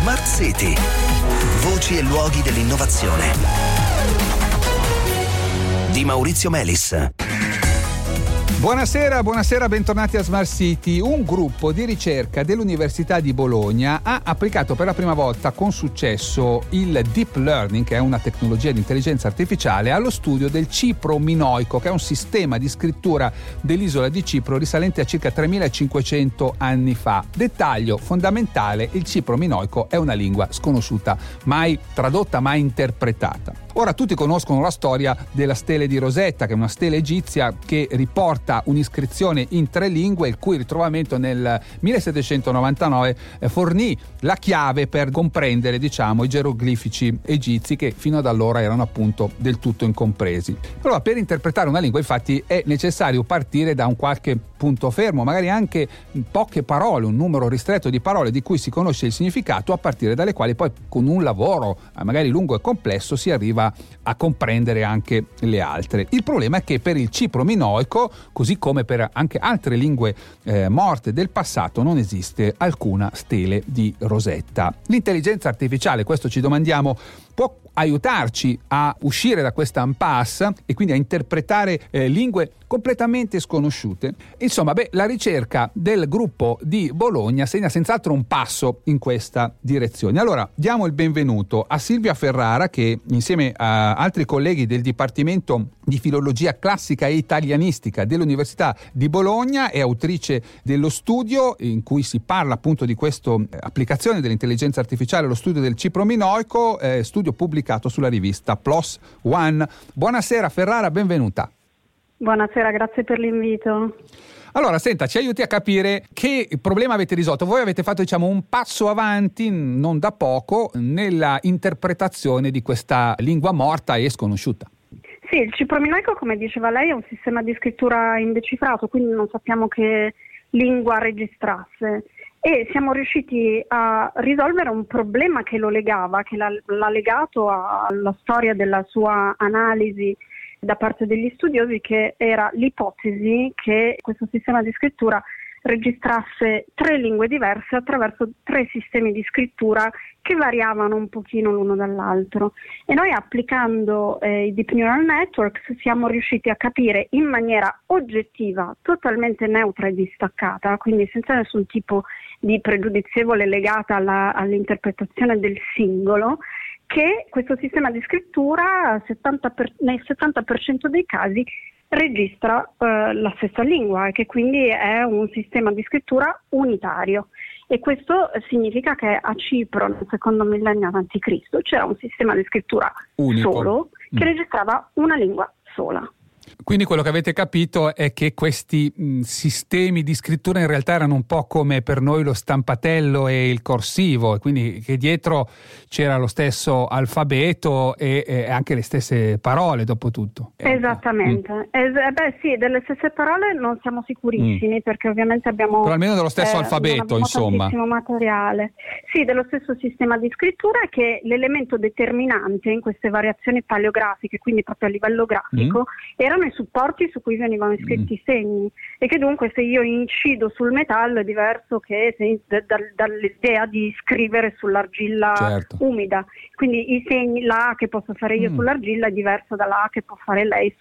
Smart City. Voci e luoghi dell'innovazione. Di Maurizio Melis. Buonasera, bentornati a Smart City. Un gruppo di ricerca dell'Università di Bologna ha applicato per la prima volta con successo il Deep Learning, che è una tecnologia di intelligenza artificiale, allo studio del Cipro minoico, che è un sistema di scrittura dell'isola di Cipro risalente a circa 3500 anni fa. Dettaglio fondamentale: il Cipro minoico è una lingua sconosciuta, mai tradotta, mai interpretata. Ora tutti conoscono la storia della stele di Rosetta, che è una stela egizia che riporta un'iscrizione in 3 lingue, il cui ritrovamento nel 1799 fornì la chiave per comprendere, i geroglifici egizi, che fino ad allora erano appunto del tutto incompresi. Allora, per interpretare una lingua, infatti, è necessario partire da un qualche punto fermo, magari anche poche parole, un numero ristretto di parole di cui si conosce il significato, a partire dalle quali poi, con un lavoro magari lungo e complesso, si arriva a comprendere anche le altre. Il problema è che per il Cipro minoico, così come per anche altre lingue morte del passato, non esiste alcuna stele di Rosetta. L'intelligenza artificiale, questo ci domandiamo, può aiutarci a uscire da questa impasse e quindi a interpretare lingue completamente sconosciute? Insomma, la ricerca del gruppo di Bologna segna senz'altro un passo in questa direzione. Allora, diamo il benvenuto a Silvia Ferrara, che insieme a altri colleghi del Dipartimento di Filologia Classica e Italianistica dell'Università di Bologna è autrice dello studio in cui si parla appunto di questa applicazione dell'intelligenza artificiale allo studio del Cipro minoico, studio pubblicato sulla rivista PLOS ONE. Buonasera Ferrara, benvenuta. Buonasera, grazie per l'invito. Allora, senta, ci aiuti a capire che problema avete risolto. Voi avete fatto, un passo avanti, non da poco, nella interpretazione di questa lingua morta e sconosciuta. Sì, il Cipro minoico, come diceva lei, è un sistema di scrittura indecifrato, quindi non sappiamo che lingua registrasse. E siamo riusciti a risolvere un problema che lo legava, che l'ha legato alla storia della sua analisi da parte degli studiosi, che era l'ipotesi che questo sistema di scrittura registrasse 3 lingue diverse attraverso 3 sistemi di scrittura che variavano un pochino l'uno dall'altro. E noi, applicando i Deep Neural Networks, siamo riusciti a capire in maniera oggettiva, totalmente neutra e distaccata, quindi senza nessun tipo di pregiudizievole legata all'interpretazione del singolo, che questo sistema di scrittura nel 70% dei casi registra la stessa lingua, e che quindi è un sistema di scrittura unitario. E questo significa che a Cipro, nel secondo millennio a.C., c'era un sistema di scrittura unico, solo, che registrava una lingua sola. Quindi quello che avete capito è che questi sistemi di scrittura in realtà erano un po' come per noi lo stampatello e il corsivo, e quindi che dietro c'era lo stesso alfabeto e anche le stesse parole, dopo tutto. Esattamente. Sì, delle stesse parole non siamo sicurissimi, perché ovviamente abbiamo... Però almeno dello stesso alfabeto, insomma. Tantissimo materiale. Sì, dello stesso sistema di scrittura, che l'elemento determinante in queste variazioni paleografiche, quindi proprio a livello grafico, erano i supporti su cui venivano iscritti i segni, e che dunque se io incido sul metallo è diverso che dall'idea di scrivere sull'argilla umida. Quindi i segni, la A che posso fare io sull'argilla è diverso dalla A che può fare lei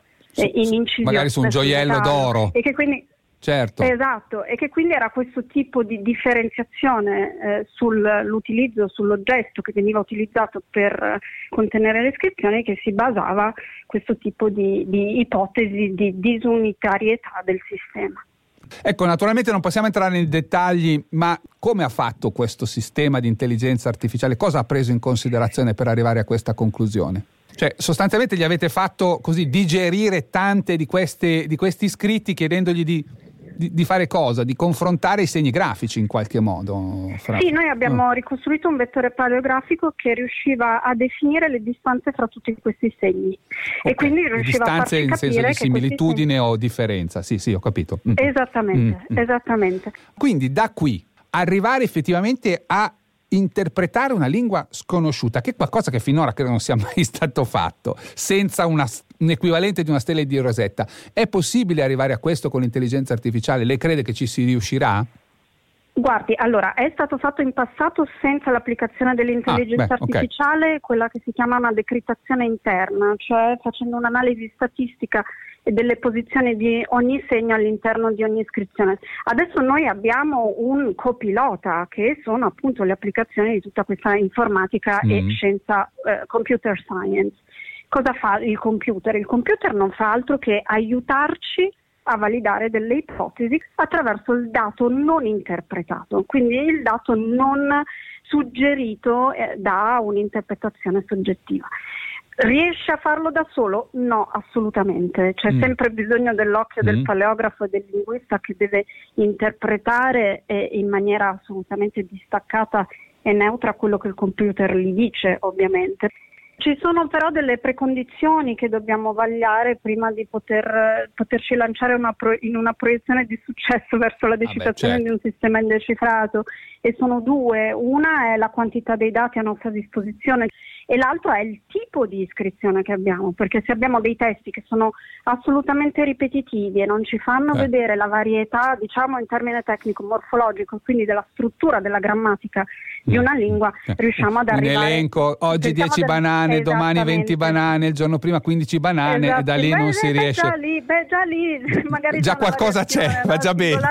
in incisione, magari su un gioiello d'oro, e che quindi esatto, e che quindi era questo tipo di differenziazione sull'utilizzo, sull'oggetto che veniva utilizzato per contenere le iscrizioni, che si basava questo tipo di ipotesi di disunitarietà del sistema. Ecco, naturalmente non possiamo entrare nei dettagli, ma come ha fatto questo sistema di intelligenza artificiale? Cosa ha preso in considerazione per arrivare a questa conclusione? Cioè, sostanzialmente gli avete fatto così digerire tante di questi scritti, chiedendogli di fare cosa? Di confrontare i segni grafici in qualche modo? Sì, noi abbiamo ricostruito un vettore paleografico che riusciva a definire le distanze fra tutti questi segni. Okay. E quindi riusciva a farci capire in senso di similitudine segni... o differenza. Sì, ho capito. Esattamente. Quindi da qui arrivare effettivamente a interpretare una lingua sconosciuta, che è qualcosa che finora credo non sia mai stato fatto, senza un equivalente di una stella di Rosetta. È possibile arrivare a questo con l'intelligenza artificiale? Lei crede che ci si riuscirà? Guardi, allora è stato fatto in passato senza l'applicazione dell'intelligenza artificiale, quella che si chiama una decrittazione interna, cioè facendo un'analisi statistica delle posizioni di ogni segno all'interno di ogni iscrizione. Adesso noi abbiamo un copilota, che sono appunto le applicazioni di tutta questa informatica e scienza, computer science. Cosa fa il computer? Il computer non fa altro che aiutarci a validare delle ipotesi attraverso il dato non interpretato, quindi il dato non suggerito da un'interpretazione soggettiva. Riesce a farlo da solo? No, assolutamente. C'è sempre bisogno dell'occhio del paleografo e del linguista, che deve interpretare in maniera assolutamente distaccata e neutra quello che il computer gli dice, ovviamente. Ci sono però delle precondizioni che dobbiamo vagliare prima di poterci lanciare in una proiezione di successo verso la decifrazione di un sistema indecifrato, e sono due. Una è la quantità dei dati a nostra disposizione e l'altro è il tipo di iscrizione che abbiamo, perché se abbiamo dei testi che sono assolutamente ripetitivi e non ci fanno vedere la varietà, diciamo in termine tecnico, morfologico, quindi della struttura, della grammatica di una lingua, riusciamo ad arrivare... Un elenco, oggi 10 banane, domani 20 banane, il giorno prima 15 banane, e da lì non si riesce... Già lì magari già qualcosa c'è, va già bene.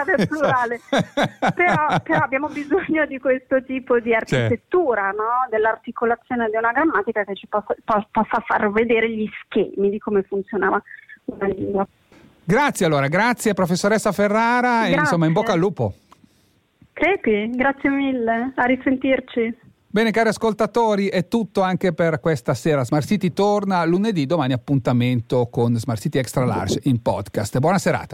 Però abbiamo bisogno di questo tipo di architettura, no? Dell'articolazione di una grammatica che ci possa far vedere gli schemi di come funzionava una lingua. Grazie professoressa Ferrara. Grazie. E insomma, in bocca al lupo. Crepi, grazie mille, a risentirci. Bene, cari ascoltatori, è tutto anche per questa sera. Smart City torna lunedì, domani appuntamento con Smart City Extra Large in podcast. Buona serata.